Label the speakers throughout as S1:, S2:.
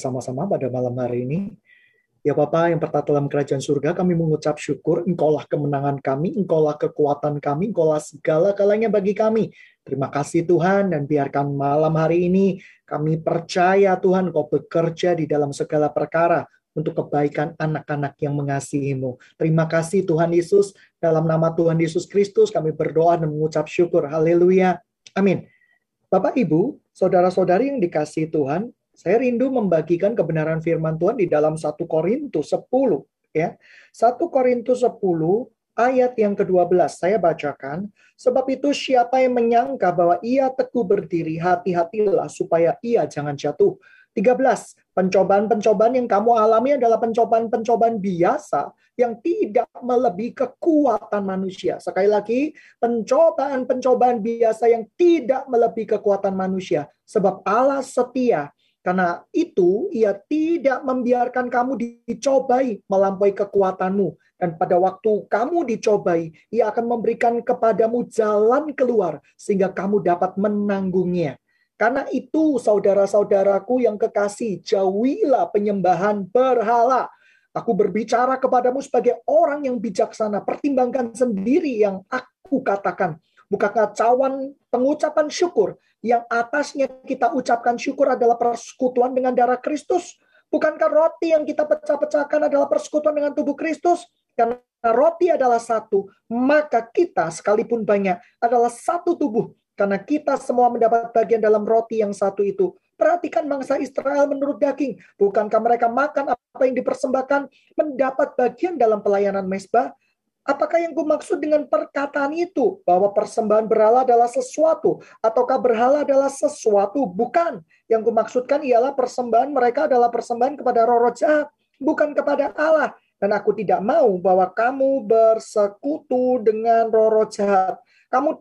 S1: bersama-sama pada malam hari ini. Ya Bapa yang bertata dalam kerajaan surga, kami mengucap syukur, Engkaulah kemenangan kami, Engkaulah kekuatan kami, Engkaulah segala-galanya bagi kami. Terima kasih Tuhan, dan biarkan malam hari ini kami percaya Tuhan, Kau bekerja di dalam segala perkara untuk kebaikan anak-anak yang mengasihi-Mu. Terima kasih Tuhan Yesus, dalam nama Tuhan Yesus Kristus kami berdoa dan mengucap syukur. Haleluya. Amin. Bapak, Ibu, saudara-saudari yang dikasihi Tuhan, saya rindu membagikan kebenaran firman Tuhan di dalam 1 Korintus 10. Ya. 1 Korintus 10 ayat yang ke-12. Saya bacakan. Sebab itu siapa yang menyangka bahwa ia teguh berdiri, hati-hatilah supaya ia jangan jatuh. 13. Pencobaan-pencobaan yang kamu alami adalah pencobaan-pencobaan biasa yang tidak melebihi kekuatan manusia. Sekali lagi, pencobaan-pencobaan biasa yang tidak melebihi kekuatan manusia. Sebab Allah setia. Karena itu, ia tidak membiarkan kamu dicobai melampaui kekuatanmu. Dan pada waktu kamu dicobai, ia akan memberikan kepadamu jalan keluar sehingga kamu dapat menanggungnya. Karena itu, saudara-saudaraku yang kekasih, jauhilah penyembahan berhala. Aku berbicara kepadamu sebagai orang yang bijaksana. Pertimbangkan sendiri yang aku katakan. Bukankah cawan pengucapan syukur yang atasnya kita ucapkan syukur adalah persekutuan dengan darah Kristus? Bukankah roti yang kita pecah-pecahkan adalah persekutuan dengan tubuh Kristus? Karena roti adalah satu, maka kita sekalipun banyak adalah satu tubuh. Karena kita semua mendapat bagian dalam roti yang satu itu. Perhatikan bangsa Israel menurut daging. Bukankah mereka makan apa yang dipersembahkan, mendapat bagian dalam pelayanan mezbah? Apakah yang kumaksud dengan perkataan itu? Bahwa persembahan berhala adalah sesuatu? Ataukah berhala adalah sesuatu? Bukan. Yang kumaksudkan ialah persembahan mereka adalah persembahan kepada roh-roh jahat, bukan kepada Allah. Dan aku tidak mau bahwa kamu bersekutu dengan roh-roh jahat. Kamu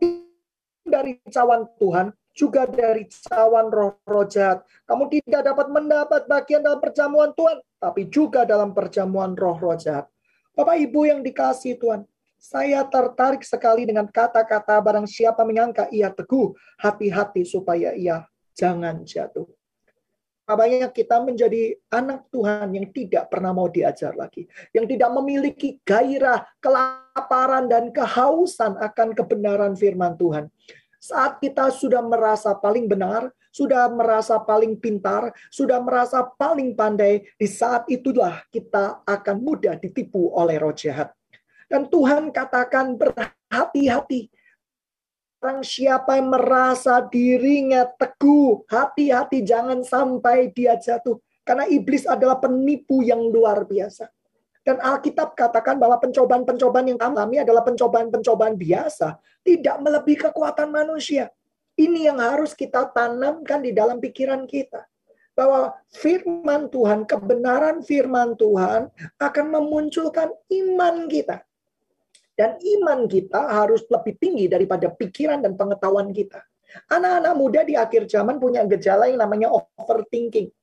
S1: dari cawan Tuhan, juga dari cawan roh-roh jahat. Kamu tidak dapat mendapat bagian dalam perjamuan Tuhan, tapi juga dalam perjamuan roh-roh jahat. Bapak Ibu yang dikasihi Tuhan, saya tertarik sekali dengan kata-kata barang siapa menyangka ia teguh, hati-hati supaya ia jangan jatuh. Banyak kita menjadi anak Tuhan yang tidak pernah mau diajar lagi. Yang tidak memiliki gairah, kelaparan, dan kehausan akan kebenaran firman Tuhan. Saat kita sudah merasa paling benar, sudah merasa paling pintar, sudah merasa paling pandai, di saat itulah kita akan mudah ditipu oleh roh jahat. Dan Tuhan katakan berhati-hati. Orang siapa yang merasa dirinya teguh, hati-hati jangan sampai dia jatuh. Karena iblis adalah penipu yang luar biasa. Dan Alkitab katakan bahwa pencobaan-pencobaan yang kami adalah pencobaan-pencobaan biasa. Tidak melebihi kekuatan manusia. Ini yang harus kita tanamkan di dalam pikiran kita. Bahwa firman Tuhan, kebenaran firman Tuhan akan memunculkan iman kita. Dan iman kita harus lebih tinggi daripada pikiran dan pengetahuan kita. Anak-anak muda di akhir zaman punya gejala yang namanya overthinking.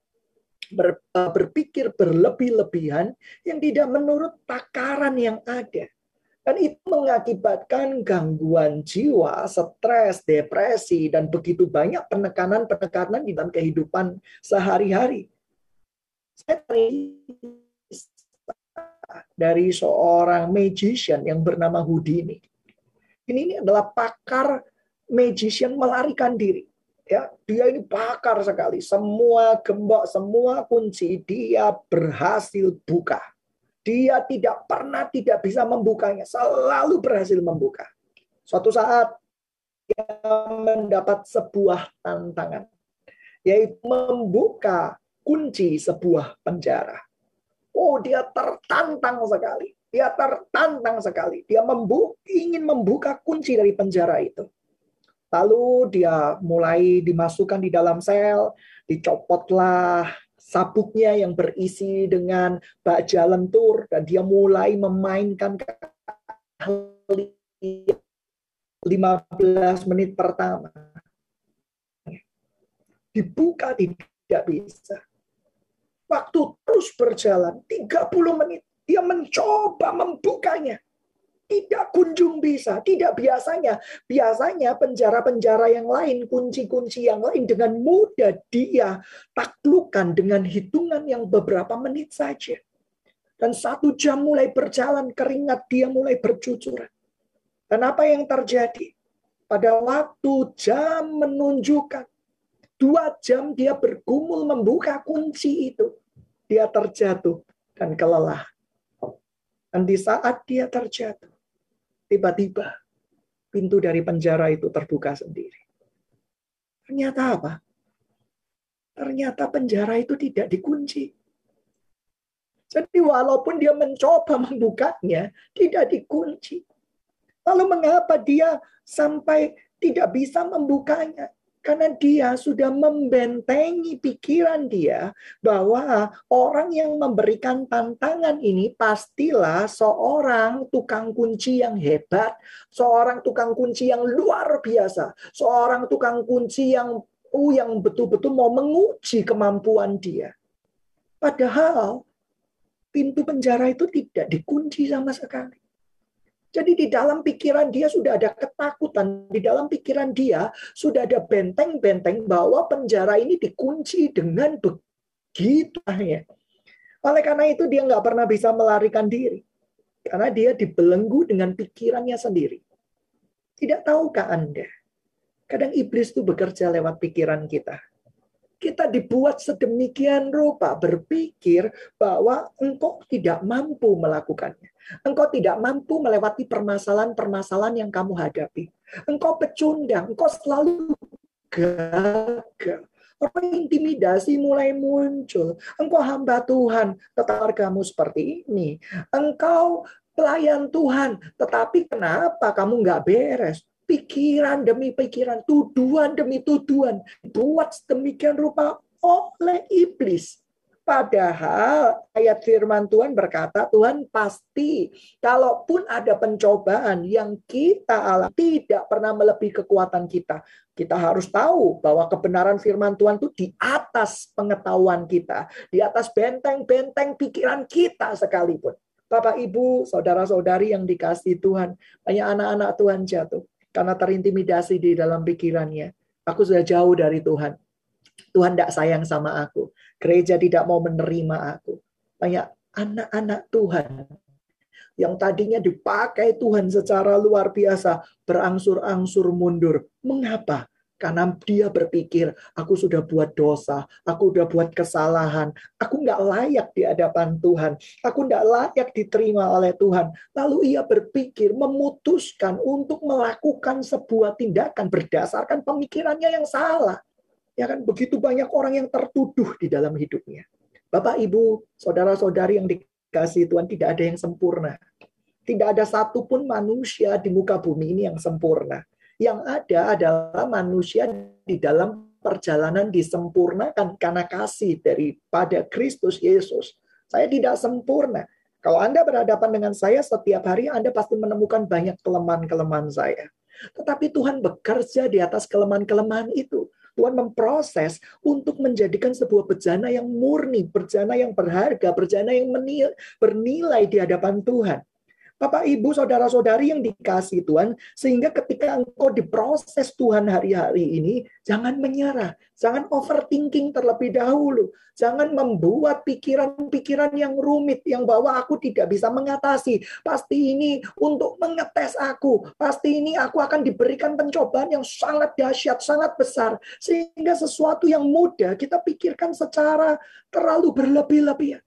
S1: Berpikir berlebih-lebihan yang tidak menurut takaran yang ada. Dan itu mengakibatkan gangguan jiwa, stres, depresi, dan begitu banyak penekanan-penekanan di dalam kehidupan sehari-hari. Saya dari seorang magician yang bernama Houdini. Ini adalah pakar magician melarikan diri. Ya, dia ini pakar sekali. Semua gembok, semua kunci dia berhasil buka. Dia tidak pernah tidak bisa membukanya, selalu berhasil membuka. Suatu saat dia mendapat sebuah tantangan, yaitu membuka kunci sebuah penjara. Oh, dia tertantang sekali. Dia tertantang sekali. Dia ingin membuka kunci dari penjara itu. Lalu dia mulai dimasukkan di dalam sel, dicopotlah sabuknya yang berisi dengan baja lentur, dan dia mulai memainkan 15 menit pertama. Dibuka tidak bisa. Waktu terus berjalan, 30 menit. Dia mencoba membukanya. Tidak kunjung bisa, tidak biasanya. Biasanya penjara-penjara yang lain, kunci-kunci yang lain dengan mudah dia taklukkan dengan hitungan yang beberapa menit saja. Dan 1 jam mulai berjalan, keringat dia mulai bercucuran. Dan apa yang terjadi? Pada waktu jam menunjukkan 2 jam dia bergumul membuka kunci itu. Dia terjatuh dan kelelahan. Dan di saat dia terjatuh, tiba-tiba pintu dari penjara itu terbuka sendiri. Ternyata apa? Ternyata penjara itu tidak dikunci. Jadi walaupun dia mencoba membukanya, tidak dikunci. Lalu mengapa dia sampai tidak bisa membukanya? Karena dia sudah membentengi pikiran dia bahwa orang yang memberikan tantangan ini pastilah seorang tukang kunci yang hebat, seorang tukang kunci yang luar biasa, seorang tukang kunci yang betul-betul mau menguji kemampuan dia. Padahal pintu penjara itu tidak dikunci sama sekali. Jadi di dalam pikiran dia sudah ada ketakutan. Di dalam pikiran dia sudah ada benteng-benteng bahwa penjara ini dikunci dengan begitu. Oleh karena itu dia nggak pernah bisa melarikan diri. Karena dia dibelenggu dengan pikirannya sendiri. Tidak tahukah Anda? Kadang iblis itu bekerja lewat pikiran kita. Kita dibuat sedemikian rupa berpikir bahwa engkau tidak mampu melakukannya. Engkau tidak mampu melewati permasalahan-permasalahan yang kamu hadapi. Engkau pecundang, engkau selalu gagal. Intimidasi mulai muncul. Engkau hamba Tuhan, tetapi kamu seperti ini. Engkau pelayan Tuhan, tetapi kenapa kamu nggak beres? Pikiran demi pikiran, tuduhan demi tuduhan, buat sedemikian rupa oleh iblis. Padahal ayat firman Tuhan berkata, Tuhan pasti kalaupun ada pencobaan yang kita alami tidak pernah melebihi kekuatan kita. Kita harus tahu bahwa kebenaran firman Tuhan itu di atas pengetahuan kita, di atas benteng-benteng pikiran kita sekalipun. Bapak, Ibu, saudara-saudari yang dikasihi Tuhan, banyak anak-anak Tuhan jatuh karena terintimidasi di dalam pikirannya. Aku sudah jauh dari Tuhan. Tuhan tidak sayang sama aku. Gereja tidak mau menerima aku. Banyak anak-anak Tuhan yang tadinya dipakai Tuhan secara luar biasa, berangsur-angsur mundur. Mengapa? Karena dia berpikir, aku sudah buat dosa, aku sudah buat kesalahan, aku nggak layak di hadapan Tuhan, aku nggak layak diterima oleh Tuhan. Lalu ia berpikir, memutuskan untuk melakukan sebuah tindakan berdasarkan pemikirannya yang salah. Ya kan, begitu banyak orang yang tertuduh di dalam hidupnya. Bapak, Ibu, saudara-saudari yang dikasihi Tuhan, tidak ada yang sempurna. Tidak ada satupun manusia di muka bumi ini yang sempurna. Yang ada adalah manusia di dalam perjalanan disempurnakan karena kasih daripada Kristus Yesus. Saya tidak sempurna. Kalau Anda berhadapan dengan saya setiap hari, Anda pasti menemukan banyak kelemahan-kelemahan saya. Tetapi Tuhan bekerja di atas kelemahan-kelemahan itu. Tuhan memproses untuk menjadikan sebuah bejana yang murni, bejana yang berharga, bejana yang bernilai di hadapan Tuhan. Bapak, Ibu, saudara-saudari yang dikasihi Tuhan, sehingga ketika engkau diproses Tuhan hari-hari ini, jangan menyerah, jangan overthinking terlebih dahulu, jangan membuat pikiran-pikiran yang rumit, yang bahwa aku tidak bisa mengatasi, pasti ini untuk mengetes aku, pasti ini aku akan diberikan pencobaan yang sangat dahsyat, sangat besar, sehingga sesuatu yang mudah kita pikirkan secara terlalu berlebih-lebihan.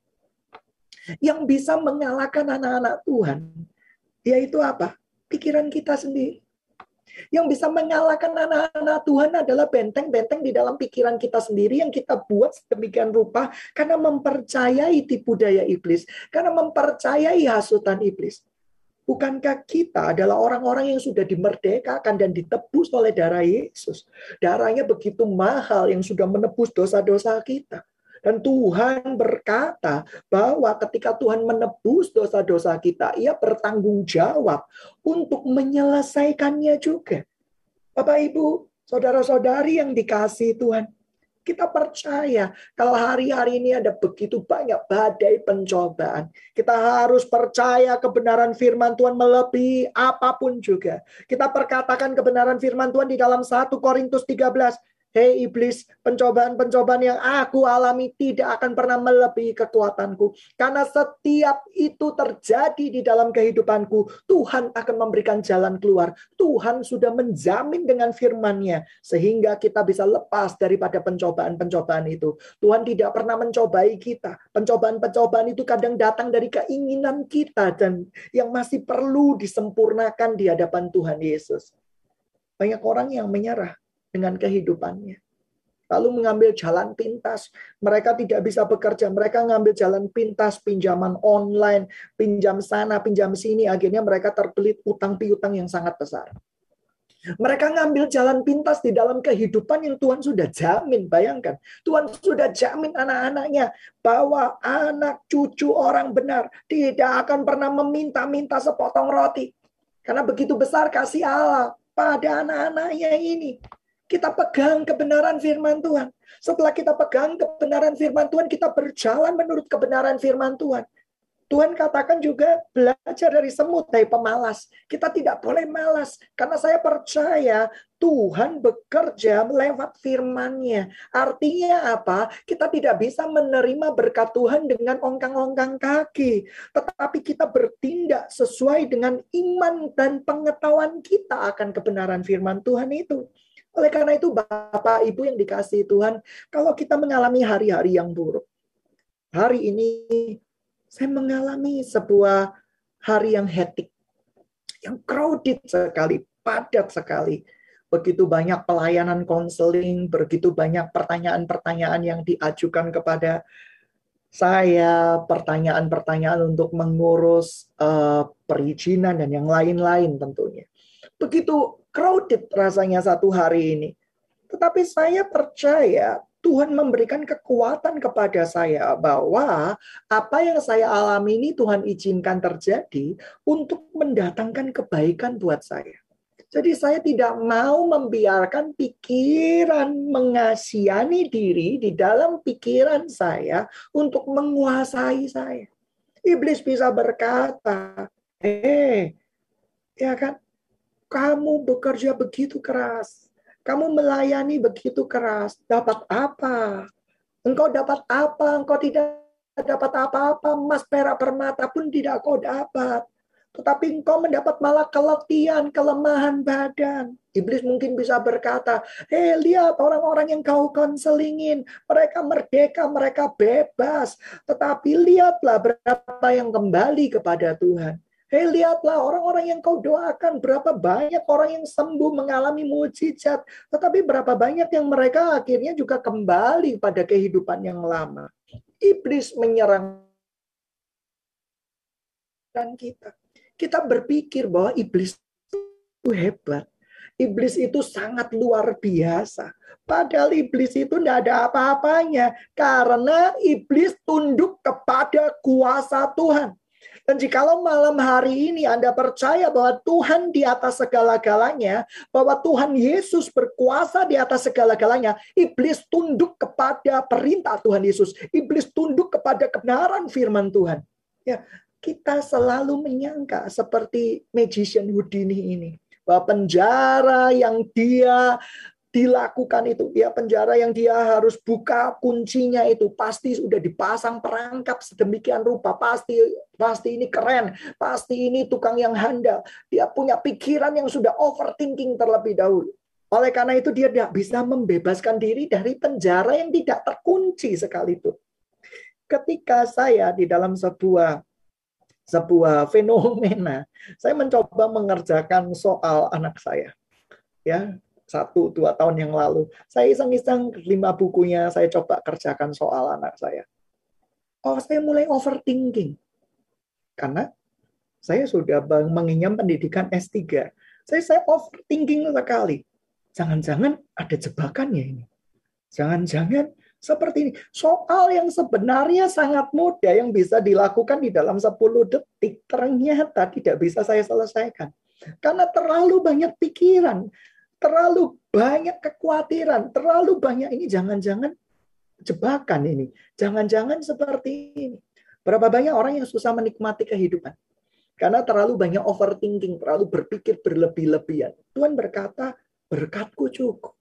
S1: Yang bisa mengalahkan anak-anak Tuhan, yaitu apa? Pikiran kita sendiri. Yang bisa mengalahkan anak-anak Tuhan adalah benteng-benteng di dalam pikiran kita sendiri yang kita buat sedemikian rupa karena mempercayai tipu daya iblis, karena mempercayai hasutan iblis. Bukankah kita adalah orang-orang yang sudah dimerdekakan dan ditebus oleh darah Yesus? Darahnya begitu mahal yang sudah menebus dosa-dosa kita. Dan Tuhan berkata bahwa ketika Tuhan menebus dosa-dosa kita, Ia bertanggung jawab untuk menyelesaikannya juga. Bapak, Ibu, saudara-saudari yang dikasihi Tuhan, Kita percaya kalau hari-hari ini ada begitu banyak badai pencobaan. Kita harus percaya kebenaran firman Tuhan melebihi apapun juga. Kita perkatakan kebenaran firman Tuhan di dalam 1 Korintus 13. Hei iblis, pencobaan-pencobaan yang aku alami tidak akan pernah melebihi kekuatanku. Karena setiap itu terjadi di dalam kehidupanku, Tuhan akan memberikan jalan keluar. Tuhan sudah menjamin dengan firman-Nya, sehingga kita bisa lepas daripada pencobaan-pencobaan itu. Tuhan tidak pernah mencobai kita. Pencobaan-pencobaan itu kadang datang dari keinginan kita dan yang masih perlu disempurnakan di hadapan Tuhan Yesus. Banyak orang yang menyerah dengan kehidupannya, lalu mengambil jalan pintas. Mereka tidak bisa bekerja, mereka mengambil jalan pintas, pinjaman online, pinjam sana, pinjam sini, akhirnya mereka terbelit utang piutang yang sangat besar. Mereka ngambil jalan pintas di dalam kehidupan yang Tuhan sudah jamin. Bayangkan, Tuhan sudah jamin anak-anaknya bahwa anak cucu orang benar tidak akan pernah meminta-minta sepotong roti. Karena begitu besar kasih Allah pada anak-anaknya ini. Kita pegang kebenaran firman Tuhan. Setelah kita pegang kebenaran firman Tuhan, kita berjalan menurut kebenaran firman Tuhan. Tuhan katakan juga belajar dari semut, dari pemalas. Kita tidak boleh malas. Karena saya percaya Tuhan bekerja lewat firman-Nya. Artinya apa? Kita tidak bisa menerima berkat Tuhan dengan ongkang-ongkang kaki. Tetapi kita bertindak sesuai dengan iman dan pengetahuan kita akan kebenaran firman Tuhan itu. Oleh karena itu, Bapak, Ibu yang dikasihi Tuhan, kalau kita mengalami hari-hari yang buruk, hari ini saya mengalami sebuah hari yang hektik, yang crowded sekali, padat sekali. Begitu banyak pelayanan konseling, begitu banyak pertanyaan-pertanyaan yang diajukan kepada saya, pertanyaan-pertanyaan untuk mengurus perizinan dan yang lain-lain tentunya. Begitu crowded rasanya satu hari ini. Tetapi saya percaya Tuhan memberikan kekuatan kepada saya bahwa apa yang saya alami ini Tuhan izinkan terjadi untuk mendatangkan kebaikan buat saya. Jadi saya tidak mau membiarkan pikiran mengasihani diri di dalam pikiran saya untuk menguasai saya. Iblis bisa berkata, ya kan? Kamu bekerja begitu keras. Kamu melayani begitu keras. Dapat apa? Engkau dapat apa? Engkau tidak dapat apa-apa. Emas, perak, permata pun tidak kau dapat. Tetapi engkau mendapat malah keletihan, kelemahan badan. Iblis mungkin bisa berkata, lihat orang-orang yang kau konselingin. Mereka merdeka, mereka bebas. Tetapi lihatlah berapa yang kembali kepada Tuhan. Lihatlah orang-orang yang kau doakan, berapa banyak orang yang sembuh mengalami mujizat, tetapi berapa banyak yang mereka akhirnya juga kembali pada kehidupan yang lama. Iblis menyerang kita. Kita berpikir bahwa iblis itu hebat. Iblis itu sangat luar biasa. Padahal iblis itu tidak ada apa-apanya. Karena iblis tunduk kepada kuasa Tuhan. Dan jikalau malam hari ini Anda percaya bahwa Tuhan di atas segala-galanya, bahwa Tuhan Yesus berkuasa di atas segala-galanya, iblis tunduk kepada perintah Tuhan Yesus. Iblis tunduk kepada kebenaran firman Tuhan. Ya, kita selalu menyangka seperti magician Houdini ini, bahwa penjara yang dia dilakukan itu, ya penjara yang dia harus buka kuncinya itu pasti sudah dipasang perangkap sedemikian rupa, pasti ini keren, pasti ini tukang yang handal, dia punya pikiran yang sudah overthinking terlebih dahulu. Oleh karena itu dia tidak bisa membebaskan diri dari penjara yang tidak terkunci sekalipun. Ketika saya di dalam sebuah fenomena, saya mencoba mengerjakan soal anak saya, ya. 1-2 tahun yang lalu. Saya iseng-iseng 5 bukunya saya coba kerjakan soal anak saya. Saya mulai overthinking. Karena saya sudah mengenyam pendidikan S3. Saya overthinking sekali. Jangan-jangan ada jebakannya ini. Jangan-jangan seperti ini. Soal yang sebenarnya sangat mudah yang bisa dilakukan di dalam 10 detik ternyata tidak bisa saya selesaikan. Karena terlalu banyak pikiran. Terlalu banyak kekhawatiran, terlalu banyak ini, jangan-jangan jebakan ini. Jangan-jangan seperti ini. Berapa banyak orang yang susah menikmati kehidupan? Karena terlalu banyak overthinking, terlalu berpikir berlebih-lebihan. Tuhan berkata, berkatku cukup.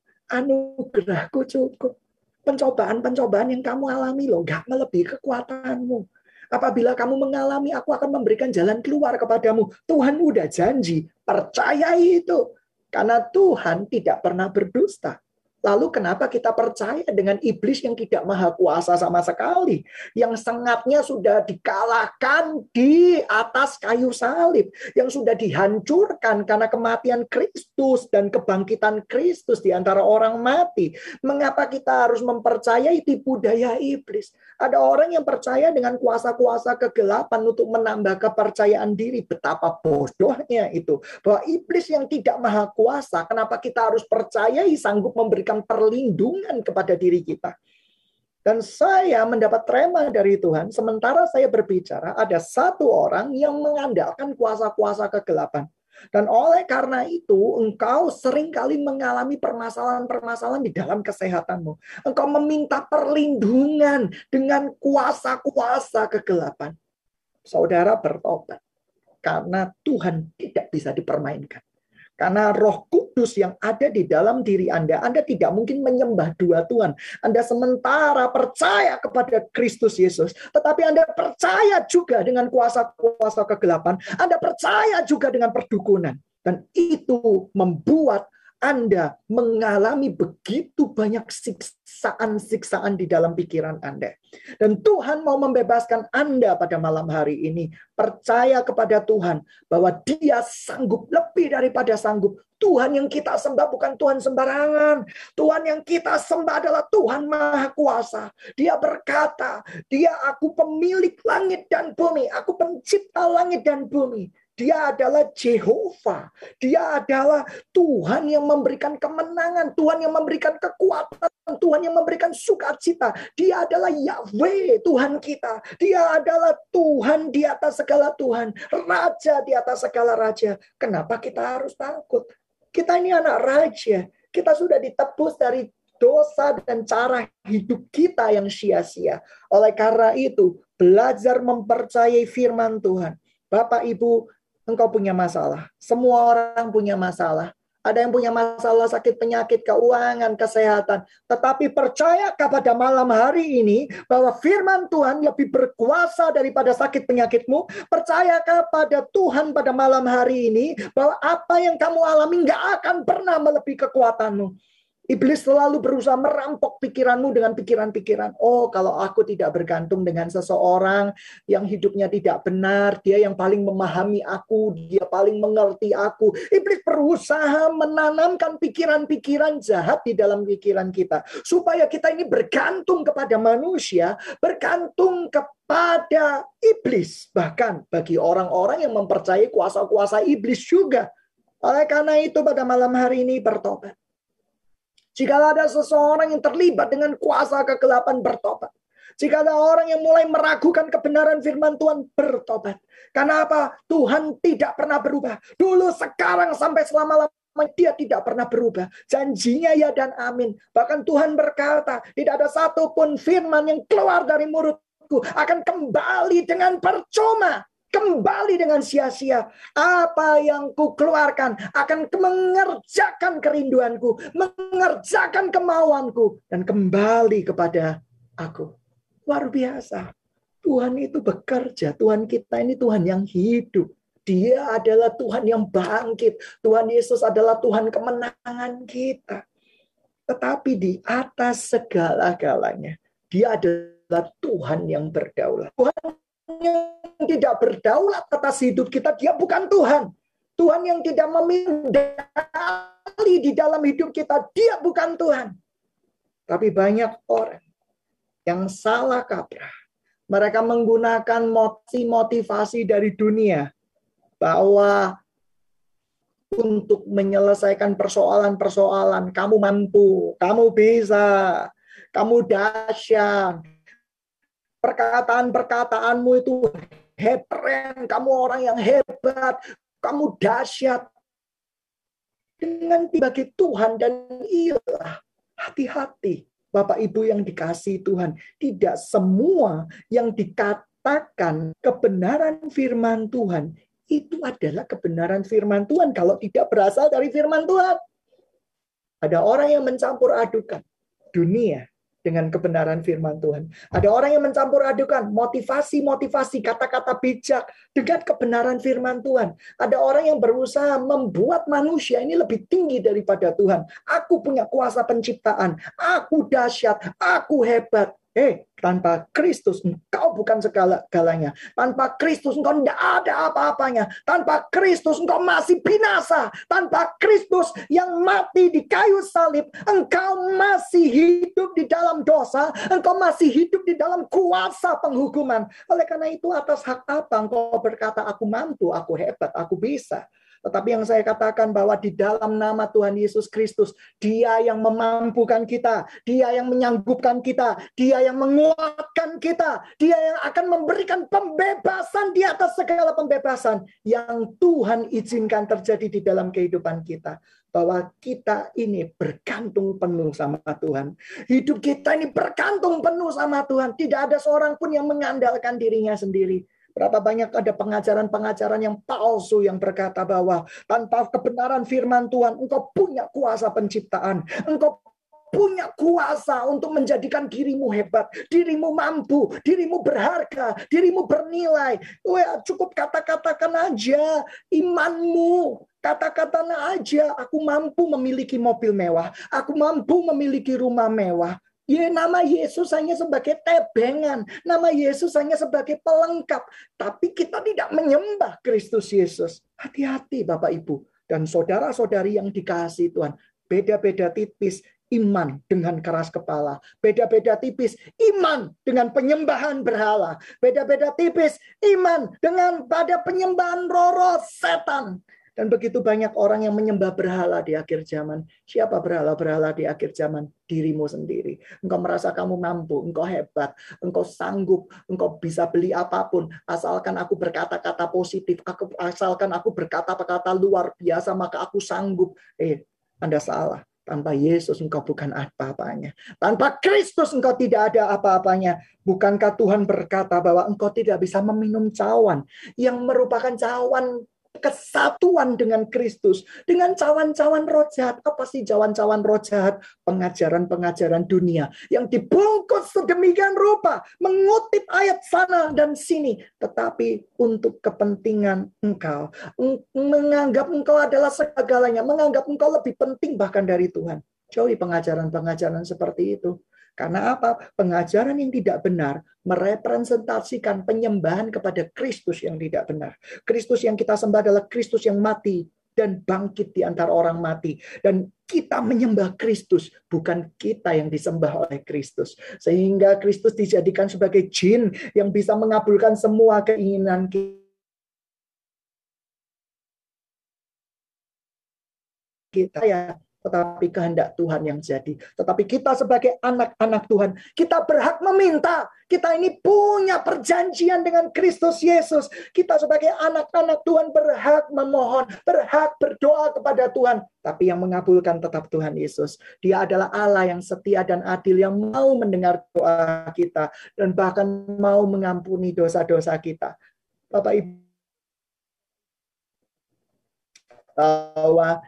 S1: Anugerahku cukup. Pencobaan-pencobaan yang kamu alami loh, gak melebihi kekuatanmu. Apabila kamu mengalami, aku akan memberikan jalan keluar kepadamu. Tuhan udah janji, percayai itu. Karena Tuhan tidak pernah berdusta. Lalu kenapa kita percaya dengan iblis yang tidak maha kuasa sama sekali? Yang sengatnya sudah dikalahkan di atas kayu salib. Yang sudah dihancurkan karena kematian Kristus dan kebangkitan Kristus di antara orang mati. Mengapa kita harus mempercayai tipu daya iblis? Ada orang yang percaya dengan kuasa-kuasa kegelapan untuk menambah kepercayaan diri. Betapa bodohnya itu. Bahwa iblis yang tidak maha kuasa, kenapa kita harus percayai sanggup memberikan perlindungan kepada diri kita. Dan saya mendapat rema dari Tuhan, sementara saya berbicara, ada satu orang yang mengandalkan kuasa-kuasa kegelapan. Dan oleh karena itu, engkau seringkali mengalami permasalahan-permasalahan di dalam kesehatanmu. Engkau meminta perlindungan dengan kuasa-kuasa kegelapan. Saudara bertobat, karena Tuhan tidak bisa dipermainkan. Karena Roh Kudus yang ada di dalam diri Anda tidak mungkin menyembah dua Tuhan. Anda sementara percaya kepada Kristus Yesus, tetapi Anda percaya juga dengan kuasa-kuasa kegelapan. Anda percaya juga dengan perdukunan. Dan itu membuat Anda mengalami begitu banyak siksaan-siksaan di dalam pikiran Anda. Dan Tuhan mau membebaskan Anda pada malam hari ini. Percaya kepada Tuhan bahwa Dia sanggup, lebih daripada sanggup. Tuhan yang kita sembah bukan Tuhan sembarangan. Tuhan yang kita sembah adalah Tuhan Maha Kuasa. Dia berkata, Dia aku pemilik langit dan bumi. Aku pencipta langit dan bumi. Dia adalah Jehovah. Dia adalah Tuhan yang memberikan kemenangan. Tuhan yang memberikan kekuatan. Tuhan yang memberikan sukacita. Dia adalah Yahweh, Tuhan kita. Dia adalah Tuhan di atas segala Tuhan. Raja di atas segala raja. Kenapa kita harus takut? Kita ini anak raja. Kita sudah ditebus dari dosa dan cara hidup kita yang sia-sia. Oleh karena itu, belajar mempercayai firman Tuhan. Bapak, Ibu, engkau punya masalah. Semua orang punya masalah. Ada yang punya masalah sakit penyakit, keuangan, kesehatan. Tetapi percaya kepada malam hari ini bahwa firman Tuhan lebih berkuasa daripada sakit penyakitmu. Percaya kepada Tuhan pada malam hari ini bahwa apa yang kamu alami nggak akan pernah melebihi kekuatanmu. Iblis selalu berusaha merampok pikiranmu dengan pikiran-pikiran. Oh, kalau aku tidak bergantung dengan seseorang yang hidupnya tidak benar, dia yang paling memahami aku, dia paling mengerti aku. Iblis berusaha menanamkan pikiran-pikiran jahat di dalam pikiran kita. Supaya kita ini bergantung kepada manusia, bergantung kepada iblis. Bahkan bagi orang-orang yang mempercayai kuasa-kuasa iblis juga. Oleh karena itu pada malam hari ini bertobat. Jika ada seseorang yang terlibat dengan kuasa kegelapan, bertobat. Jika ada orang yang mulai meragukan kebenaran firman Tuhan, bertobat. Karena apa? Tuhan tidak pernah berubah. Dulu, sekarang, sampai selama-lamanya Dia tidak pernah berubah. Janjinya ya dan amin. Bahkan Tuhan berkata, tidak ada satupun firman yang keluar dari mulutku akan kembali dengan percuma. Kembali dengan sia-sia. Apa yang ku keluarkan akan mengerjakan kerinduanku, mengerjakan kemauanku, dan kembali kepada aku. Luar biasa. Tuhan itu bekerja. Tuhan kita ini Tuhan yang hidup. Dia adalah Tuhan yang bangkit. Tuhan Yesus adalah Tuhan kemenangan kita. Tetapi di atas segala-galanya, Dia adalah Tuhan yang berdaulat. Tuhan yang tidak berdaulat atas hidup kita, Dia bukan Tuhan. Tuhan yang tidak memiliki di dalam hidup kita, Dia bukan Tuhan. Tapi banyak orang yang salah kaprah. Mereka menggunakan motivasi dari dunia bahwa untuk menyelesaikan persoalan-persoalan, kamu mampu, kamu bisa, kamu dahsyat. Perkataan-perkataanmu itu hebat, kamu orang yang hebat, kamu dahsyat. dengan sebagai Tuhan dan ilah. Hati-hati, Bapak Ibu yang dikasihi Tuhan. Tidak semua yang dikatakan kebenaran firman Tuhan itu adalah kebenaran firman Tuhan kalau tidak berasal dari firman Tuhan. Ada orang yang mencampur adukan dunia dengan kebenaran firman Tuhan. Ada orang yang mencampur adukan motivasi-motivasi, kata-kata bijak dengan kebenaran firman Tuhan. Ada orang yang berusaha membuat manusia ini lebih tinggi daripada Tuhan. Aku punya kuasa penciptaan, aku dahsyat, aku hebat. Tanpa Kristus engkau bukan segala-galanya. Tanpa Kristus engkau tidak ada apa-apanya. Tanpa Kristus engkau masih binasa. Tanpa Kristus yang mati di kayu salib, engkau masih hidup di dalam dosa. Engkau masih hidup di dalam kuasa penghukuman. Oleh karena itu, atas hak apa engkau berkata aku mampu, aku hebat, aku bisa? Tetapi yang saya katakan bahwa di dalam nama Tuhan Yesus Kristus, Dia yang memampukan kita, Dia yang menyanggupkan kita, Dia yang menguatkan kita, Dia yang akan memberikan pembebasan di atas segala pembebasan yang Tuhan izinkan terjadi di dalam kehidupan kita. Bahwa kita ini bergantung penuh sama Tuhan. Hidup kita ini bergantung penuh sama Tuhan. Tidak ada seorang pun yang mengandalkan dirinya sendiri. Berapa banyak ada pengajaran-pengajaran yang palsu yang berkata bahwa tanpa kebenaran firman Tuhan, engkau punya kuasa penciptaan. Engkau punya kuasa untuk menjadikan dirimu hebat, dirimu mampu, dirimu berharga, dirimu bernilai. Cukup kata-katakan aja imanmu. Kata-katakan aja, aku mampu memiliki mobil mewah. Aku mampu memiliki rumah mewah. Nama Yesus hanya sebagai tebengan. Nama Yesus hanya sebagai pelengkap. Tapi kita tidak menyembah Kristus Yesus. Hati-hati Bapak Ibu. Dan saudara-saudari yang dikasihi Tuhan. Beda-beda tipis iman dengan keras kepala. Beda-beda tipis iman dengan penyembahan berhala. Beda-beda tipis iman dengan pada penyembahan roh-roh setan. Dan begitu banyak orang yang menyembah berhala di akhir zaman. Siapa berhala-berhala di akhir zaman? Dirimu sendiri. Engkau merasa kamu mampu, engkau hebat, engkau sanggup, engkau bisa beli apapun. Asalkan aku berkata-kata positif, asalkan aku berkata-kata luar biasa, maka aku sanggup. Anda salah. Tanpa Yesus engkau bukan apa-apanya. Tanpa Kristus engkau tidak ada apa-apanya. Bukankah Tuhan berkata bahwa engkau tidak bisa meminum cawan yang merupakan cawan kesatuan dengan Kristus, dengan cawan-cawan roh jahat. Apa sih cawan-cawan roh jahat? Pengajaran-pengajaran dunia yang dibungkus sedemikian rupa, mengutip ayat sana dan sini, tetapi untuk kepentingan engkau, menganggap engkau adalah segalanya, menganggap engkau lebih penting bahkan dari Tuhan. Jauhi pengajaran-pengajaran seperti itu. Karena apa? Pengajaran yang tidak benar merepresentasikan penyembahan kepada Kristus yang tidak benar. Kristus yang kita sembah adalah Kristus yang mati dan bangkit di antara orang mati. Dan kita menyembah Kristus, bukan kita yang disembah oleh Kristus. Sehingga Kristus dijadikan sebagai jin yang bisa mengabulkan semua keinginan kita ya. Tetapi kehendak Tuhan yang jadi. Tetapi kita sebagai anak-anak Tuhan, kita berhak meminta. Kita ini punya perjanjian dengan Kristus Yesus. Kita sebagai anak-anak Tuhan berhak memohon, berhak berdoa kepada Tuhan. Tapi yang mengabulkan tetap Tuhan Yesus. Dia adalah Allah yang setia dan adil, yang mau mendengar doa kita. Dan bahkan mau mengampuni dosa-dosa kita. Bapak Ibu, bahwa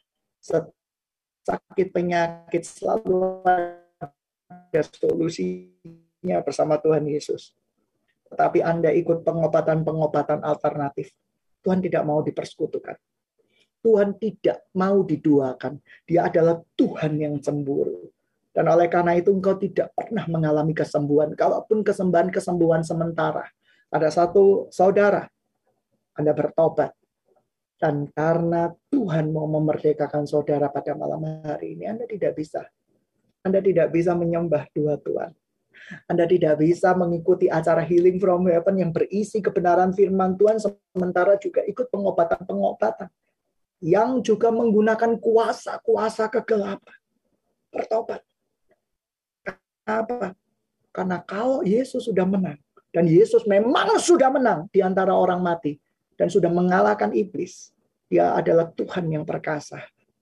S1: sakit penyakit selalu ada solusinya bersama Tuhan Yesus. Tetapi Anda ikut pengobatan-pengobatan alternatif. Tuhan tidak mau dipersekutukan. Tuhan tidak mau diduakan. Dia adalah Tuhan yang cemburu. Dan oleh karena itu engkau tidak pernah mengalami kesembuhan. Kalaupun kesembuhan sementara. Ada satu saudara, Anda bertobat. Dan karena Tuhan mau memerdekakan saudara pada malam hari ini, Anda tidak bisa. Anda tidak bisa menyembah dua Tuhan. Anda tidak bisa mengikuti acara Healing from Heaven yang berisi kebenaran firman Tuhan, sementara juga ikut pengobatan-pengobatan yang juga menggunakan kuasa-kuasa kegelapan. Bertobat. Kenapa? Karena kalau Yesus sudah menang, dan Yesus memang sudah menang di antara orang mati, dan sudah mengalahkan iblis. Dia adalah Tuhan yang perkasa,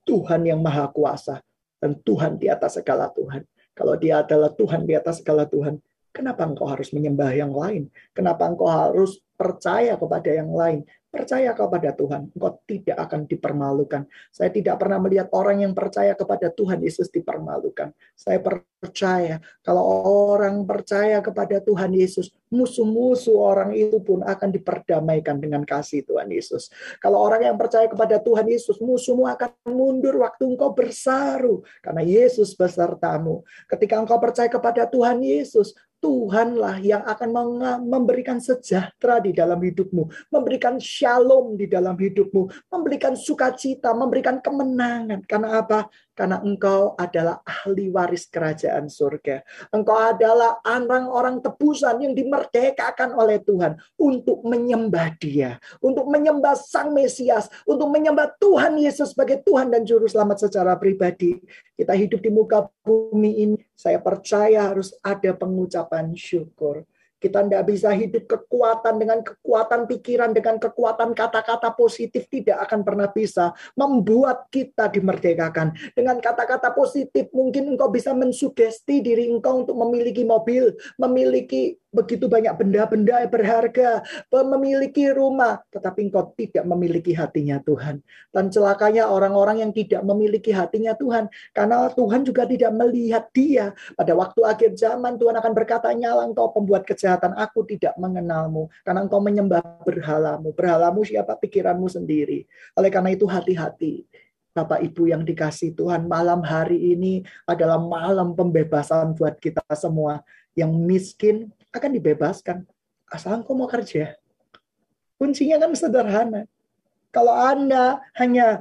S1: Tuhan yang maha kuasa dan Tuhan di atas segala Tuhan. Kalau dia adalah Tuhan di atas segala Tuhan, kenapa engkau harus menyembah yang lain? Kenapa engkau harus percaya kepada yang lain? Percaya kepada Tuhan, engkau tidak akan dipermalukan. Saya tidak pernah melihat orang yang percaya kepada Tuhan Yesus dipermalukan. Saya percaya kalau orang percaya kepada Tuhan Yesus, musuh-musuh orang itu pun akan diperdamaikan dengan kasih Tuhan Yesus. Kalau orang yang percaya kepada Tuhan Yesus, musuhmu akan mundur waktu engkau bersaru, karena Yesus besertamu. Ketika engkau percaya kepada Tuhan Yesus, Tuhanlah yang akan memberikan sejahtera di dalam hidupmu, memberikan shalom di dalam hidupmu, memberikan sukacita, memberikan kemenangan. Karena apa? Karena engkau adalah ahli waris kerajaan surga. Engkau adalah orang-orang tebusan yang dimerdekakan oleh Tuhan untuk menyembah Dia, untuk menyembah Sang Mesias, untuk menyembah Tuhan Yesus sebagai Tuhan dan Juru Selamat secara pribadi. Kita hidup di muka bumi ini, saya percaya harus ada pengucapan syukur. Kita tidak bisa hidup kekuatan dengan kekuatan pikiran, dengan kekuatan kata-kata positif, tidak akan pernah bisa membuat kita dimerdekakan. Dengan kata-kata positif mungkin engkau bisa mensugesti diri engkau untuk memiliki mobil, memiliki begitu banyak benda-benda berharga, memiliki rumah, tetapi engkau tidak memiliki hatinya Tuhan. Dan celakanya orang-orang yang tidak memiliki hatinya Tuhan, karena Tuhan juga tidak melihat dia. Pada waktu akhir zaman Tuhan akan berkata, "Nyala engkau pembuat kejahatan, aku tidak mengenalmu, karena engkau menyembah berhalamu." Berhalamu siapa? Pikiranmu sendiri. Oleh karena itu hati-hati. Bapak Ibu yang dikasih Tuhan, malam hari ini adalah malam pembebasan buat kita semua. Yang miskin akan dibebaskan, asal engkau mau kerja. Kuncinya kan sederhana. Kalau Anda hanya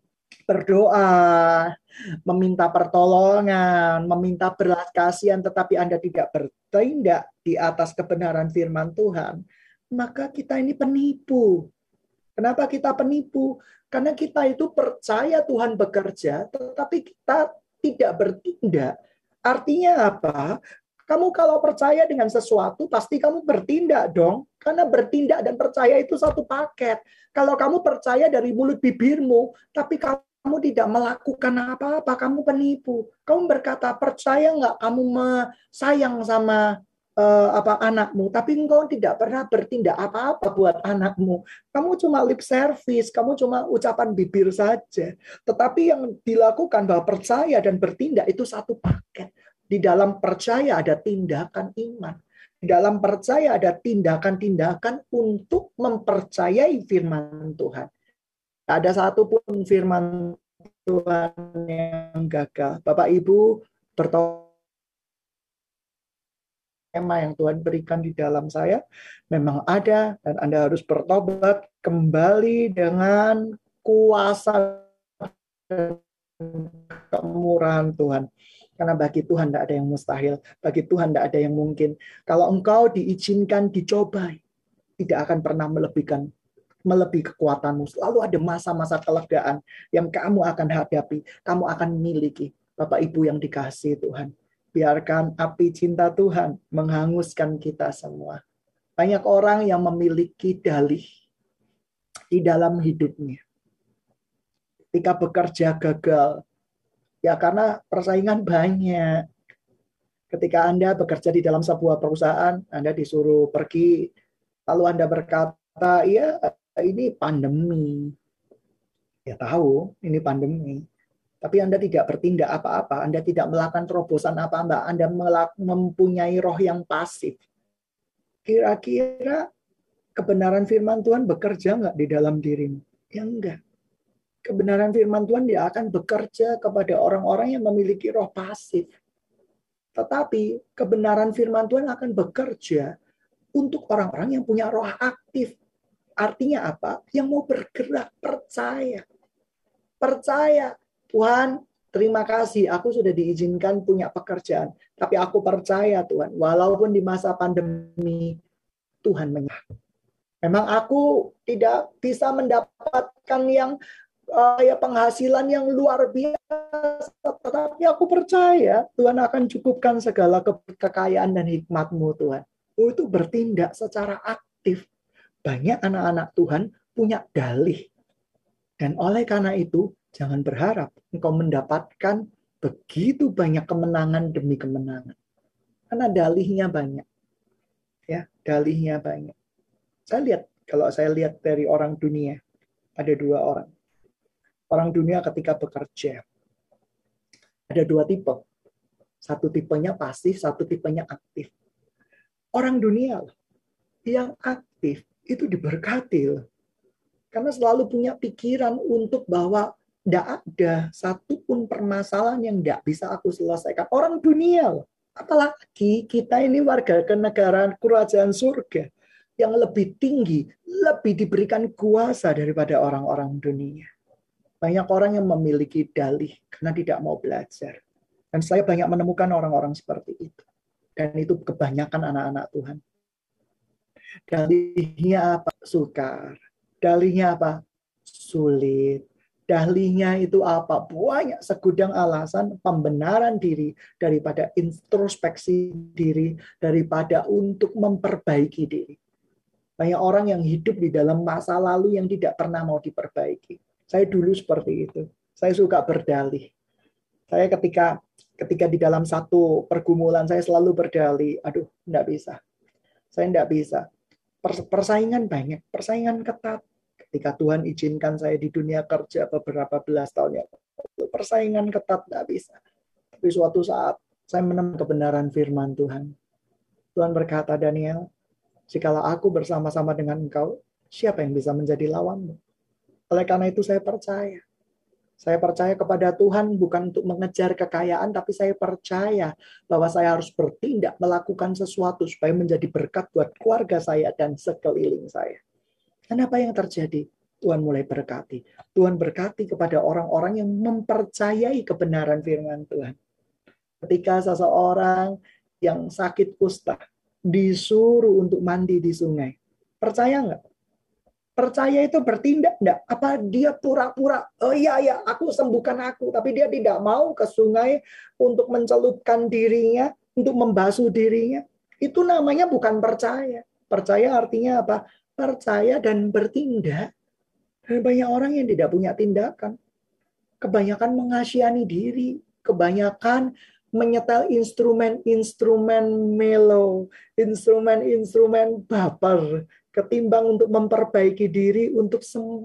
S1: berdoa, meminta pertolongan, meminta belas kasihan, tetapi Anda tidak bertindak di atas kebenaran firman Tuhan, maka kita ini penipu. Kenapa kita penipu? Karena kita itu percaya Tuhan bekerja, tetapi kita tidak bertindak. Artinya apa? Kamu kalau percaya dengan sesuatu, pasti kamu bertindak dong. Karena bertindak dan percaya itu satu paket. Kalau kamu percaya dari mulut bibirmu, tapi kamu tidak melakukan apa-apa, kamu penipu. Kamu berkata, percaya nggak kamu sayang sama anakmu, tapi engkau tidak pernah bertindak apa-apa buat anakmu. Kamu cuma lip service, kamu cuma ucapan bibir saja. Tetapi yang dilakukan bahwa percaya dan bertindak itu satu paket. Di dalam percaya ada tindakan iman. Di dalam percaya ada tindakan-tindakan untuk mempercayai firman Tuhan. Ada satupun firman Tuhan yang gagal. Bapak Ibu bertobat, tema yang Tuhan berikan di dalam saya memang ada, dan Anda harus bertobat kembali dengan kuasa dan kemurahan Tuhan. Karena bagi Tuhan tidak ada yang mustahil, bagi Tuhan tidak ada yang mungkin. Kalau engkau diizinkan dicobai, tidak akan pernah melebihi kekuatanmu. Selalu ada masa-masa kelegaan yang kamu akan hadapi, kamu akan miliki. Bapak Ibu yang dikasihi Tuhan, biarkan api cinta Tuhan menghanguskan kita semua. Banyak orang yang memiliki dalih di dalam hidupnya. Ketika bekerja gagal, ya karena persaingan banyak. Ketika Anda bekerja di dalam sebuah perusahaan, Anda disuruh pergi, lalu Anda berkata, "Iya, ini pandemi." Ya tahu, ini pandemi. Tapi Anda tidak bertindak apa-apa, Anda tidak melakukan terobosan apa-apa, Anda mempunyai roh yang pasif. Kira-kira kebenaran firman Tuhan bekerja nggak di dalam dirimu? Ya enggak. Kebenaran firman Tuhan dia akan bekerja kepada orang-orang yang memiliki roh pasif. Tetapi kebenaran firman Tuhan akan bekerja untuk orang-orang yang punya roh aktif. Artinya apa? Yang mau bergerak, percaya. Percaya. Tuhan, terima kasih. Aku sudah diizinkan punya pekerjaan. Tapi aku percaya Tuhan, walaupun di masa pandemi, Tuhan menyerah. Memang aku tidak bisa mendapatkan yang penghasilan yang luar biasa, tetapi aku percaya Tuhan akan cukupkan segala kekayaan dan hikmat-Mu Tuhan. Itu bertindak secara aktif. Banyak anak-anak Tuhan punya dalih. Dan oleh karena itu, Jangan berharap engkau mendapatkan begitu banyak kemenangan demi kemenangan. Karena dalihnya banyak. Ya, dalihnya banyak. Kalau saya lihat dari orang dunia, ada dua orang. Orang dunia ketika bekerja, ada dua tipe. Satu tipenya pasif, satu tipenya aktif. Orang dunia yang aktif itu diberkati. Karena selalu punya pikiran untuk bahwa tidak ada satupun permasalahan yang tidak bisa aku selesaikan. Orang dunia. Apalagi kita ini warga kenegaraan kerajaan surga yang lebih tinggi, lebih diberikan kuasa daripada orang-orang dunia. Banyak orang yang memiliki dalih karena tidak mau belajar. Dan saya banyak menemukan orang-orang seperti itu. Dan itu kebanyakan anak-anak Tuhan. Dalihnya apa? Sukar. Dalihnya apa? Sulit. Dalihnya itu apa? Banyak segudang alasan pembenaran diri daripada introspeksi diri, daripada untuk memperbaiki diri. Banyak orang yang hidup di dalam masa lalu yang tidak pernah mau diperbaiki. Saya dulu seperti itu. Saya suka berdalih. Saya ketika di dalam satu pergumulan saya selalu berdalih, aduh, enggak bisa. Saya enggak bisa. Persaingan banyak, persaingan ketat. Ketika Tuhan izinkan saya di dunia kerja beberapa belas tahun yang lalu, persaingan ketat enggak bisa. Tapi suatu saat saya menemukan kebenaran firman Tuhan. Tuhan berkata, Daniel, jikalau aku bersama-sama dengan engkau, siapa yang bisa menjadi lawanmu? Oleh karena itu saya percaya. Saya percaya kepada Tuhan bukan untuk mengejar kekayaan, tapi saya percaya bahwa saya harus bertindak melakukan sesuatu supaya menjadi berkat buat keluarga saya dan sekeliling saya. Dan apa yang terjadi? Tuhan mulai berkati. Tuhan berkati kepada orang-orang yang mempercayai kebenaran firman Tuhan. Ketika seseorang yang sakit kusta disuruh untuk mandi di sungai, percaya nggak? Percaya itu bertindak enggak? Apa dia pura-pura, oh iya, aku sembuhkan aku. Tapi dia tidak mau ke sungai untuk mencelupkan dirinya, untuk membasuh dirinya. Itu namanya bukan percaya. Percaya artinya apa? Percaya dan bertindak. Dan banyak orang yang tidak punya tindakan. Kebanyakan mengasihani diri. Kebanyakan menyetel instrumen-instrumen melo. Instrumen-instrumen baper. Ketimbang untuk memperbaiki diri, untuk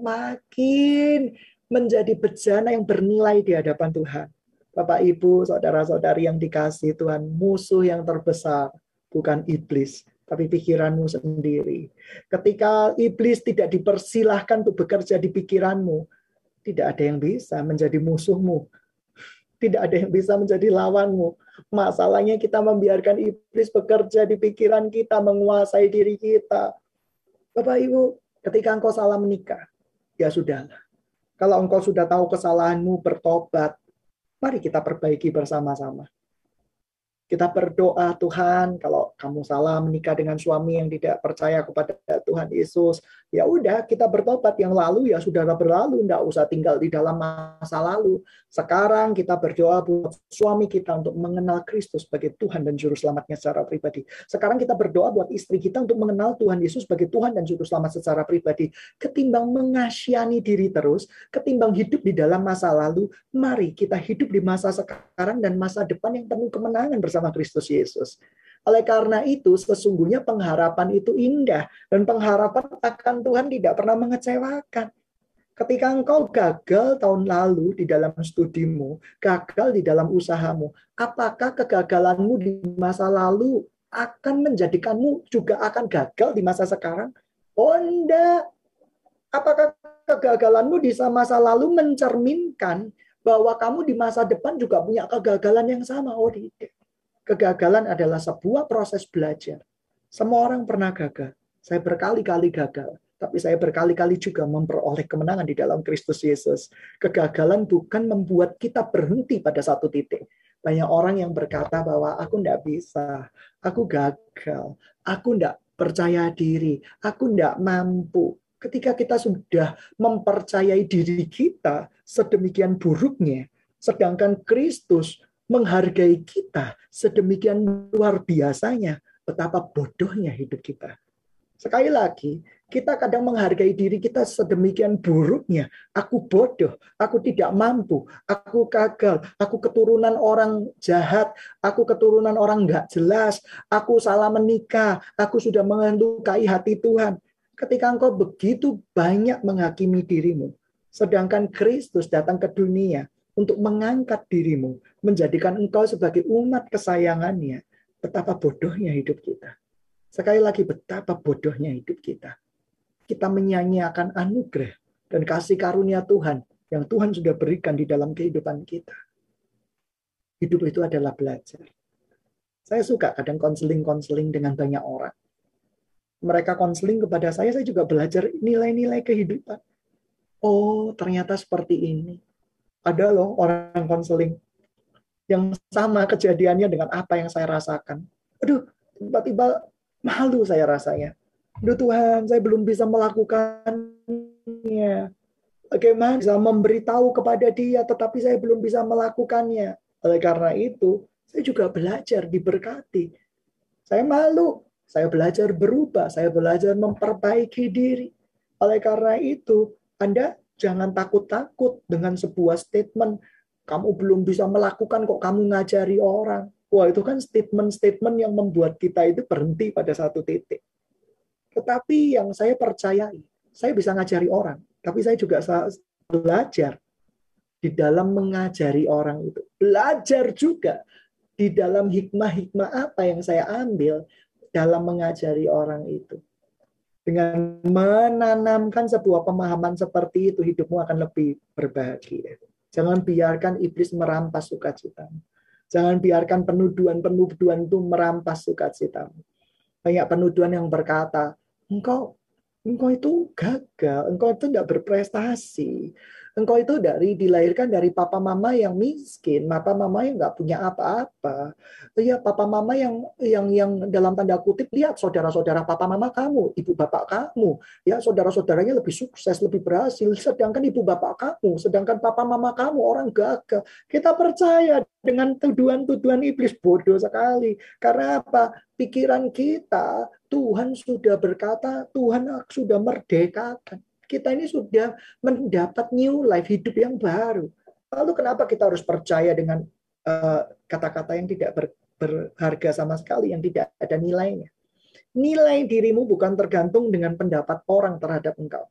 S1: semakin menjadi bejana yang bernilai di hadapan Tuhan. Bapak, Ibu, saudara-saudari yang dikasihi Tuhan, musuh yang terbesar bukan iblis, tapi pikiranmu sendiri. Ketika iblis tidak dipersilahkan untuk bekerja di pikiranmu, tidak ada yang bisa menjadi musuhmu. Tidak ada yang bisa menjadi lawanmu. Masalahnya kita membiarkan iblis bekerja di pikiran kita, menguasai diri kita. Bapak Ibu, ketika engkau salah menikah, ya sudahlah. Kalau engkau sudah tahu kesalahanmu, bertobat, mari kita perbaiki bersama-sama. Kita berdoa, Tuhan, kalau kamu salah menikah dengan suami yang tidak percaya kepada Tuhan Yesus, ya udah kita bertobat, yang lalu ya sudah berlalu, enggak usah tinggal di dalam masa lalu. Sekarang kita berdoa buat suami kita untuk mengenal Kristus sebagai Tuhan dan Juru Selamatnya secara pribadi. Sekarang kita berdoa buat istri kita untuk mengenal Tuhan Yesus sebagai Tuhan dan Juru Selamat secara pribadi. Ketimbang mengasihani diri terus, ketimbang hidup di dalam masa lalu, mari kita hidup di masa sekarang dan masa depan yang penuh kemenangan bersama Kristus Yesus. Oleh karena itu, sesungguhnya pengharapan itu indah. Dan pengharapan akan Tuhan tidak pernah mengecewakan. Ketika engkau gagal tahun lalu di dalam studimu, gagal di dalam usahamu, apakah kegagalanmu di masa lalu akan menjadikanmu juga akan gagal di masa sekarang? Oh enggak. Apakah kegagalanmu di masa lalu mencerminkan bahwa kamu di masa depan juga punya kegagalan yang sama? Oh tidak. Kegagalan adalah sebuah proses belajar. Semua orang pernah gagal. Saya berkali-kali gagal. Tapi saya berkali-kali juga memperoleh kemenangan di dalam Kristus Yesus. Kegagalan bukan membuat kita berhenti pada satu titik. Banyak orang yang berkata bahwa aku tidak bisa. Aku gagal. Aku tidak percaya diri. Aku tidak mampu. Ketika kita sudah mempercayai diri kita sedemikian buruknya, sedangkan Kristus menghargai kita sedemikian luar biasanya, betapa bodohnya hidup kita. Sekali lagi, Kita kadang menghargai diri kita sedemikian buruknya. Aku bodoh, aku tidak mampu, aku gagal, aku keturunan orang jahat, aku keturunan orang nggak jelas, aku salah menikah, aku sudah mengelukai hati Tuhan. Ketika engkau begitu banyak menghakimi dirimu, sedangkan Kristus datang ke dunia untuk mengangkat dirimu, menjadikan engkau sebagai umat kesayangannya, betapa bodohnya hidup kita. Sekali lagi, betapa bodohnya hidup kita. Kita menyanyiakan anugerah dan kasih karunia Tuhan yang Tuhan sudah berikan di dalam kehidupan kita. Hidup itu adalah belajar. Saya suka kadang konseling dengan banyak orang. Mereka konseling kepada saya juga belajar nilai-nilai kehidupan. Oh, ternyata seperti ini. Ada loh orang konseling yang sama kejadiannya dengan apa yang saya rasakan. Aduh, tiba-tiba malu saya rasanya. Aduh Tuhan, saya belum bisa melakukannya. Bagaimana bisa memberitahu kepada dia, tetapi saya belum bisa melakukannya. Oleh karena itu, saya juga belajar diberkati. Saya malu, saya belajar berubah, saya belajar memperbaiki diri. Oleh karena itu, Anda jangan takut-takut dengan sebuah statement, kamu belum bisa melakukan kok kamu ngajari orang. Wah, itu kan statement-statement yang membuat kita itu berhenti pada satu titik. Tetapi yang saya percayai, saya bisa ngajari orang, tapi saya juga belajar di dalam mengajari orang itu. Belajar juga di dalam hikmah-hikmah apa yang saya ambil dalam mengajari orang itu. Dengan menanamkan sebuah pemahaman seperti itu, hidupmu akan lebih berbahagia. Jangan biarkan iblis merampas sukacitamu. Jangan biarkan penuduhan-penuduhan itu merampas sukacitamu. Banyak penuduhan yang berkata, engkau itu gagal, engkau itu tidak berprestasi, engkau itu dilahirkan dari papa mama yang miskin, papa mama yang nggak punya apa-apa. Ya, papa mama yang dalam tanda kutip, lihat saudara-saudara papa mama kamu, ibu bapak kamu, ya saudara-saudaranya lebih sukses, lebih berhasil, sedangkan ibu bapak kamu, sedangkan papa mama kamu orang gagal. Kita percaya dengan tuduhan-tuduhan iblis, bodoh sekali. Karena apa? Pikiran kita, Tuhan sudah berkata, Tuhan sudah merdekakan. Kita ini sudah mendapat new life, hidup yang baru. Lalu kenapa kita harus percaya dengan kata-kata yang tidak berharga sama sekali, yang tidak ada nilainya? Nilai dirimu bukan tergantung dengan pendapat orang terhadap engkau.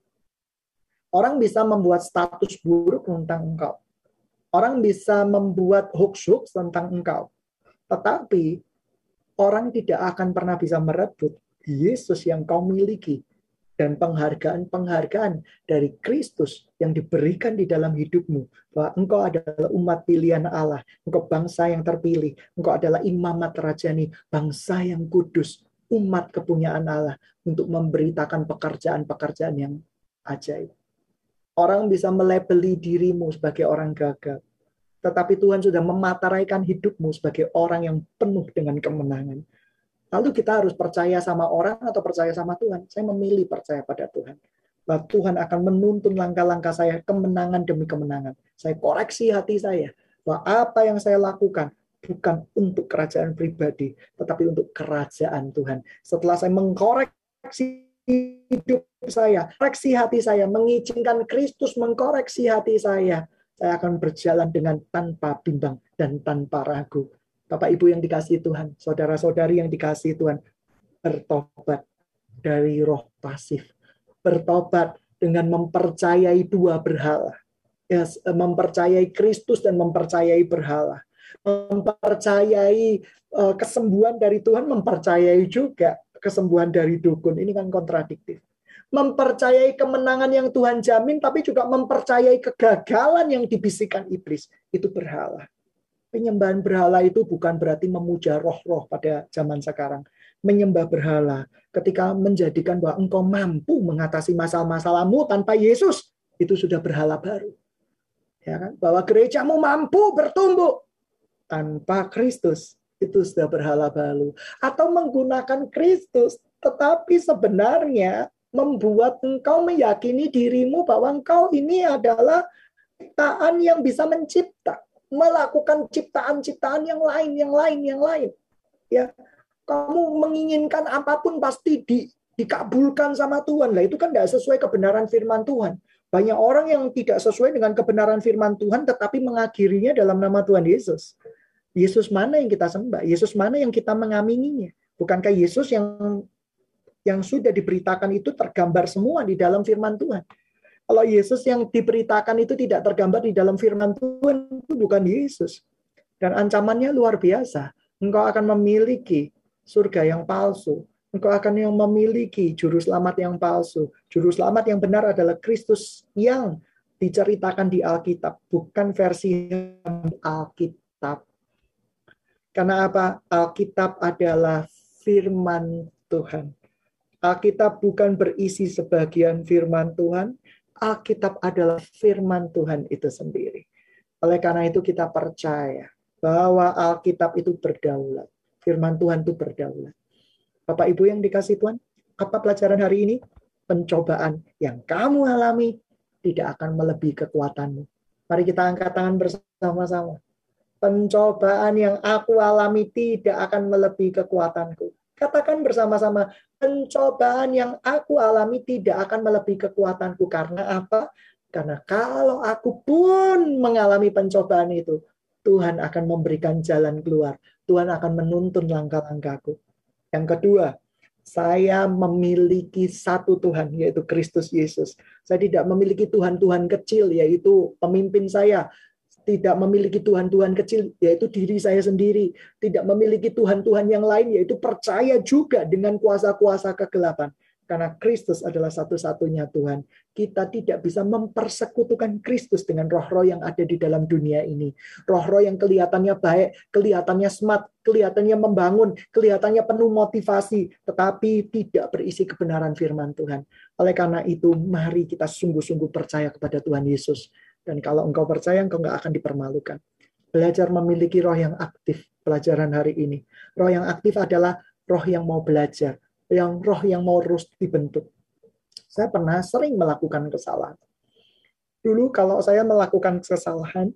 S1: Orang bisa membuat status buruk tentang engkau. Orang bisa membuat hoax-hoax tentang engkau. Tetapi orang tidak akan pernah bisa merebut Yesus yang kau miliki dan penghargaan-penghargaan dari Kristus yang diberikan di dalam hidupmu, bahwa engkau adalah umat pilihan Allah, engkau bangsa yang terpilih, engkau adalah imamat rajani, bangsa yang kudus, umat kepunyaan Allah, untuk memberitakan pekerjaan-pekerjaan yang ajaib. Orang bisa melabeli dirimu sebagai orang gagal, tetapi Tuhan sudah memateraikan hidupmu sebagai orang yang penuh dengan kemenangan. Lalu kita harus percaya sama orang atau percaya sama Tuhan? Saya memilih percaya pada Tuhan. Bahwa Tuhan akan menuntun langkah-langkah saya kemenangan demi kemenangan. Saya koreksi hati saya. Bahwa apa yang saya lakukan bukan untuk kerajaan pribadi, tetapi untuk kerajaan Tuhan. Setelah saya mengkoreksi hidup saya, koreksi hati saya, mengizinkan Kristus mengkoreksi hati saya akan berjalan dengan tanpa bimbang dan tanpa ragu. Bapak Ibu yang dikasihi Tuhan, saudara-saudari yang dikasihi Tuhan, bertobat dari roh pasif. Bertobat dengan mempercayai dua berhala. Ya, mempercayai Kristus dan mempercayai berhala. Mempercayai kesembuhan dari Tuhan, mempercayai juga kesembuhan dari dukun. Ini kan kontradiktif. Mempercayai kemenangan yang Tuhan jamin, tapi juga mempercayai kegagalan yang dibisikkan iblis. Itu berhala. Penyembahan berhala itu bukan berarti memuja roh-roh pada zaman sekarang. Menyembah berhala ketika menjadikan bahwa engkau mampu mengatasi masalah-masalahmu tanpa Yesus, itu sudah berhala baru. Ya kan? Bahwa gerejamu mampu bertumbuh tanpa Kristus, itu sudah berhala baru. Atau menggunakan Kristus, tetapi sebenarnya membuat engkau meyakini dirimu bahwa engkau ini adalah ciptaan yang bisa mencipta, melakukan ciptaan-ciptaan yang lain. Ya, kamu menginginkan apapun pasti dikabulkan sama Tuhan. Lah itu kan tidak sesuai kebenaran firman Tuhan. Banyak orang yang tidak sesuai dengan kebenaran firman Tuhan tetapi mengakhirinya dalam nama Tuhan Yesus. Yesus mana yang kita sembah? Yesus mana yang kita mengamininya? Bukankah Yesus yang sudah diberitakan itu tergambar semua di dalam firman Tuhan? Kalau Yesus yang diberitakan itu tidak tergambar di dalam firman Tuhan, itu bukan Yesus. Dan ancamannya luar biasa. Engkau akan memiliki surga yang palsu. Engkau akan yang memiliki juru selamat yang palsu. Juru selamat yang benar adalah Kristus yang diceritakan di Alkitab, bukan versi Alkitab. Karena apa? Alkitab adalah firman Tuhan. Alkitab bukan berisi sebagian firman Tuhan. Alkitab adalah firman Tuhan itu sendiri. Oleh karena itu kita percaya bahwa Alkitab itu berdaulat. Firman Tuhan itu berdaulat. Bapak Ibu yang dikasih Tuhan, apa pelajaran hari ini? Pencobaan yang kamu alami tidak akan melebihi kekuatanmu. Mari kita angkat tangan bersama-sama. Pencobaan yang aku alami tidak akan melebihi kekuatanku. Katakan bersama-sama, pencobaan yang aku alami tidak akan melebihi kekuatanku. Karena apa? Karena kalau aku pun mengalami pencobaan itu, Tuhan akan memberikan jalan keluar. Tuhan akan menuntun langkah-langkahku. Yang kedua, saya memiliki satu Tuhan, yaitu Kristus Yesus. Saya tidak memiliki Tuhan-Tuhan kecil, yaitu pemimpin saya. Tidak memiliki Tuhan-Tuhan kecil, yaitu diri saya sendiri. Tidak memiliki Tuhan-Tuhan yang lain, yaitu percaya juga dengan kuasa-kuasa kegelapan. Karena Kristus adalah satu-satunya Tuhan. Kita tidak bisa mempersekutukan Kristus dengan roh-roh yang ada di dalam dunia ini. Roh-roh yang kelihatannya baik, kelihatannya smart, kelihatannya membangun, kelihatannya penuh motivasi, tetapi tidak berisi kebenaran firman Tuhan. Oleh karena itu, mari kita sungguh-sungguh percaya kepada Tuhan Yesus. Dan kalau engkau percaya, engkau nggak akan dipermalukan. Belajar memiliki roh yang aktif, pelajaran hari ini. Roh yang aktif adalah roh yang mau belajar, roh yang mau terus dibentuk. Saya pernah sering melakukan kesalahan. Dulu kalau saya melakukan kesalahan,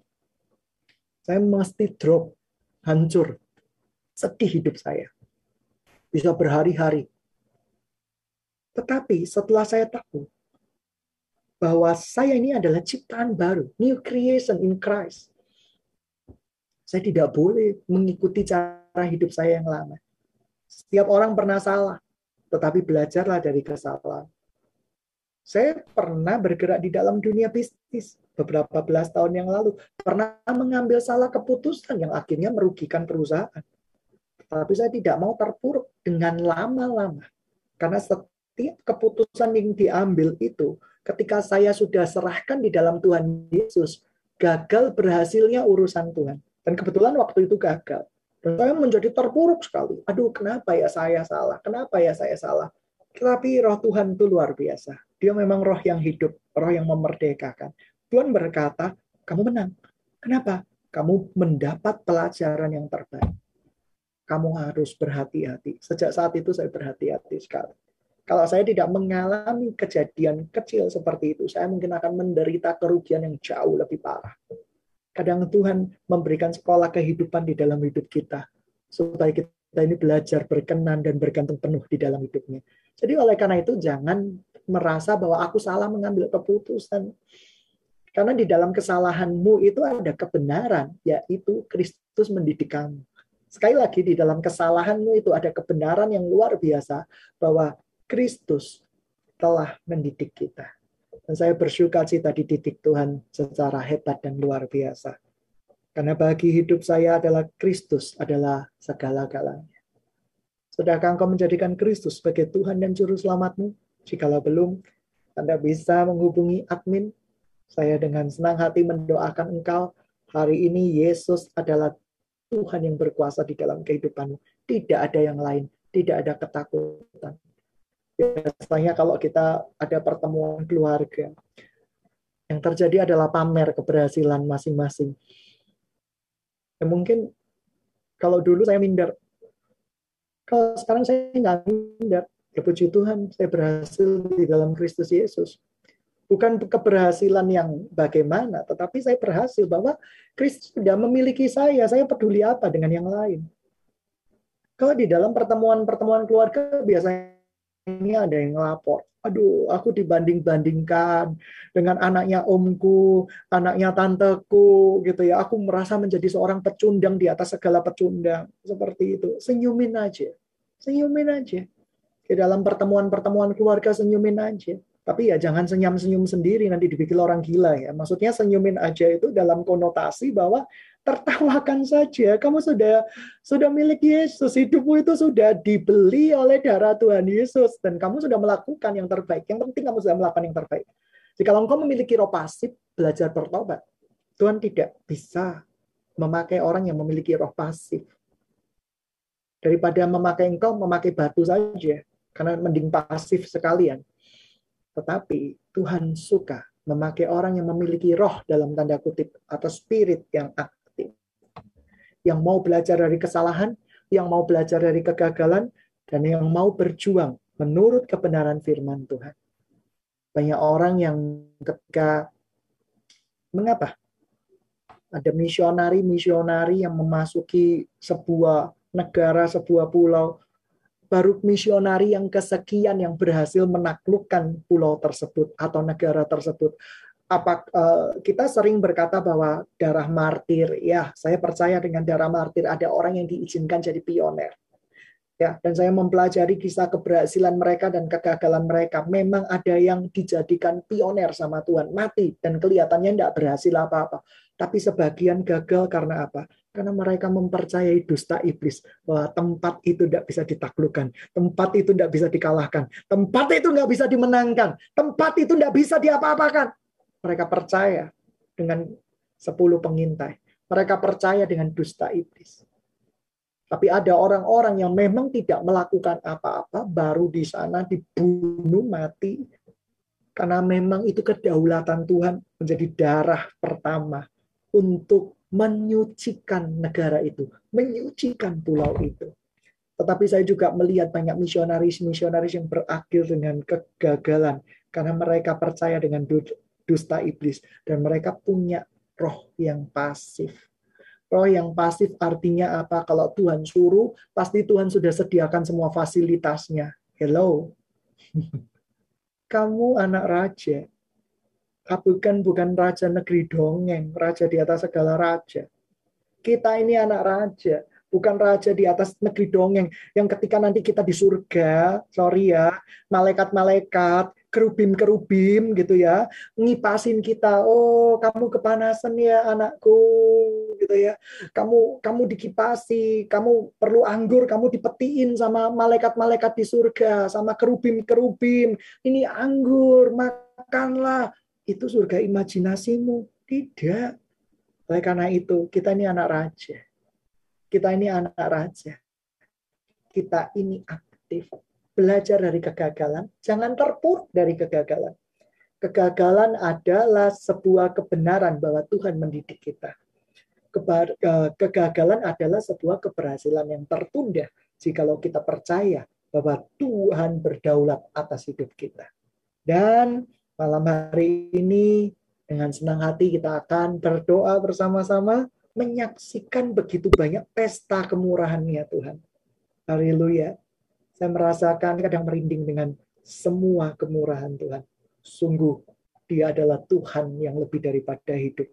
S1: saya mesti drop, hancur, sedih hidup saya. Bisa berhari-hari. Tetapi setelah saya tahu bahwa saya ini adalah ciptaan baru, new creation in Christ. Saya tidak boleh mengikuti cara hidup saya yang lama. Setiap orang pernah salah, tetapi belajarlah dari kesalahan. Saya pernah bergerak di dalam dunia bisnis beberapa belas tahun yang lalu. Pernah mengambil salah keputusan yang akhirnya merugikan perusahaan. Tapi saya tidak mau terpuruk dengan lama-lama. Karena setiap keputusan yang diambil itu, ketika saya sudah serahkan di dalam Tuhan Yesus, gagal berhasilnya urusan Tuhan. Dan kebetulan waktu itu gagal. Dan saya menjadi terpuruk sekali. Aduh, kenapa ya saya salah? Kenapa ya saya salah? Tetapi roh Tuhan itu luar biasa. Dia memang roh yang hidup, roh yang memerdekakan. Tuhan berkata, kamu menang. Kenapa? Kamu mendapat pelajaran yang terbaik. Kamu harus berhati-hati. Sejak saat itu saya berhati-hati sekali. Kalau saya tidak mengalami kejadian kecil seperti itu, saya mungkin akan menderita kerugian yang jauh lebih parah. Kadang Tuhan memberikan sekolah kehidupan di dalam hidup kita, supaya kita ini belajar berkenan dan bergantung penuh di dalam hidupnya. Jadi oleh karena itu jangan merasa bahwa aku salah mengambil keputusan. Karena di dalam kesalahanmu itu ada kebenaran, yaitu Kristus mendidik kamu. Sekali lagi di dalam kesalahanmu itu ada kebenaran yang luar biasa bahwa Kristus telah mendidik kita. Dan saya bersyukur cita dididik Tuhan secara hebat dan luar biasa. Karena bagi hidup saya adalah Kristus adalah segala-galanya. Sudahkah engkau menjadikan Kristus sebagai Tuhan dan Juru Selamatmu? Jikalau belum, Anda bisa menghubungi admin. Saya dengan senang hati mendoakan engkau. Hari ini Yesus adalah Tuhan yang berkuasa di dalam kehidupanmu. Tidak ada yang lain. Tidak ada ketakutan. Biasanya kalau kita ada pertemuan keluarga, yang terjadi adalah pamer keberhasilan masing-masing. Ya, mungkin kalau dulu saya minder. Kalau sekarang saya nggak minder. Ya puji Tuhan, saya berhasil di dalam Kristus Yesus. Bukan keberhasilan yang bagaimana, tetapi saya berhasil bahwa Kristus sudah memiliki saya peduli apa dengan yang lain. Kalau di dalam pertemuan-pertemuan keluarga biasanya ini ada yang ngelapor. Aduh, aku dibanding-bandingkan dengan anaknya omku, anaknya tanteku, gitu ya. Aku merasa menjadi seorang pecundang di atas segala pecundang. Seperti itu. Senyumin aja. Senyumin aja. Di dalam pertemuan-pertemuan keluarga senyumin aja. Tapi ya jangan senyum-senyum sendiri, nanti dipikir orang gila ya. Maksudnya senyumin aja itu dalam konotasi bahwa tertawakan saja. Kamu sudah milik Yesus. Hidupmu itu sudah dibeli oleh darah Tuhan Yesus. Dan kamu sudah melakukan yang terbaik. Yang penting kamu sudah melakukan yang terbaik. Jika engkau memiliki roh pasif, belajar bertobat. Tuhan tidak bisa memakai orang yang memiliki roh pasif. Daripada memakai engkau, memakai batu saja. Karena mending pasif sekalian. Tetapi Tuhan suka memakai orang yang memiliki roh dalam tanda kutip atau spirit yang aktif. Yang mau belajar dari kesalahan, yang mau belajar dari kegagalan, dan yang mau berjuang menurut kebenaran firman Tuhan. Banyak orang yang ketika mengapa? Ada misionari-misionari yang memasuki sebuah negara, sebuah pulau, baru misionari yang kesekian yang berhasil menaklukkan pulau tersebut atau negara tersebut. Kita sering berkata bahwa darah martir, ya saya percaya dengan darah martir ada orang yang diizinkan jadi pioner. Ya, dan saya mempelajari kisah keberhasilan mereka dan kegagalan mereka. Memang ada yang dijadikan pioner sama Tuhan, mati dan kelihatannya tidak berhasil apa-apa. Tapi sebagian gagal karena apa? Karena mereka mempercayai dusta iblis bahwa tempat itu tidak bisa ditaklukkan, tempat itu tidak bisa dikalahkan, tempat itu nggak bisa dimenangkan, tempat itu tidak bisa diapa-apakan. Mereka percaya dengan 10 pengintai. Mereka percaya dengan dusta iblis. Tapi ada orang-orang yang memang tidak melakukan apa-apa, baru di sana dibunuh mati. Karena memang itu kedaulatan Tuhan menjadi darah pertama untuk menyucikan negara itu, menyucikan pulau itu. Tetapi saya juga melihat banyak misionaris-misionaris yang berakhir dengan kegagalan karena mereka percaya dengan dusta iblis dan mereka punya roh yang pasif. Roh yang pasif artinya apa? Kalau Tuhan suruh, pasti Tuhan sudah sediakan semua fasilitasnya. Hello. Kamu anak raja. Bukan raja negeri dongeng, raja di atas segala raja. Kita ini anak raja, bukan raja di atas negeri dongeng. Yang ketika nanti kita di surga, sorry ya, malaikat-malaikat, kerubim-kerubim gitu ya, ngipasin kita. Oh, kamu kepanasan ya anakku, gitu ya. Kamu dikipasi, kamu perlu anggur, kamu dipetiin sama malaikat-malaikat di surga, sama kerubim-kerubim. Ini anggur, makanlah. Itu surga imajinasimu. Tidak. Oleh karena itu, kita ini anak raja. Kita ini anak raja. Kita ini aktif. Belajar dari kegagalan. Jangan terpuruk dari kegagalan. Kegagalan adalah sebuah kebenaran bahwa Tuhan mendidik kita. Kegagalan adalah sebuah keberhasilan yang tertunda jikalau kita percaya bahwa Tuhan berdaulat atas hidup kita. Dan malam hari ini dengan senang hati kita akan berdoa bersama-sama menyaksikan begitu banyak pesta kemurahan-Nya Tuhan. Haleluya. Saya merasakan kadang merinding dengan semua kemurahan Tuhan. Sungguh Dia adalah Tuhan yang lebih daripada hidup.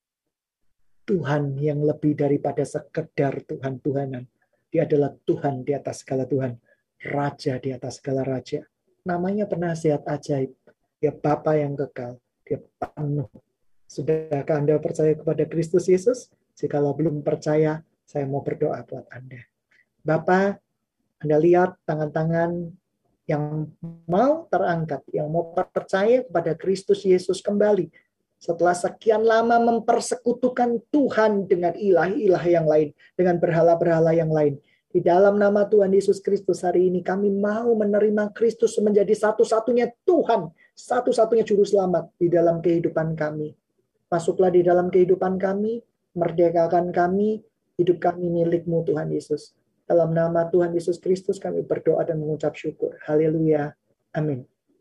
S1: Tuhan yang lebih daripada sekedar Tuhan-Tuhanan. Dia adalah Tuhan di atas segala Tuhan. Raja di atas segala raja. Namanya penasihat ajaib. Dia Bapa yang kekal. Dia penuh. Sudahkah Anda percaya kepada Kristus Yesus? Jikalau belum percaya, saya mau berdoa buat Anda. Bapa, Anda lihat tangan-tangan yang mau terangkat, yang mau percaya kepada Kristus Yesus kembali. Setelah sekian lama mempersekutukan Tuhan dengan ilah-ilah yang lain, dengan berhala-berhala yang lain. Di dalam nama Tuhan Yesus Kristus hari ini kami mau menerima Kristus menjadi satu-satunya Tuhan, satu-satunya juru selamat di dalam kehidupan kami. Masuklah di dalam kehidupan kami, merdekakan kami, hidup kami milik-Mu Tuhan Yesus. Dalam nama Tuhan Yesus Kristus kami berdoa dan mengucap syukur. Haleluya. Amin.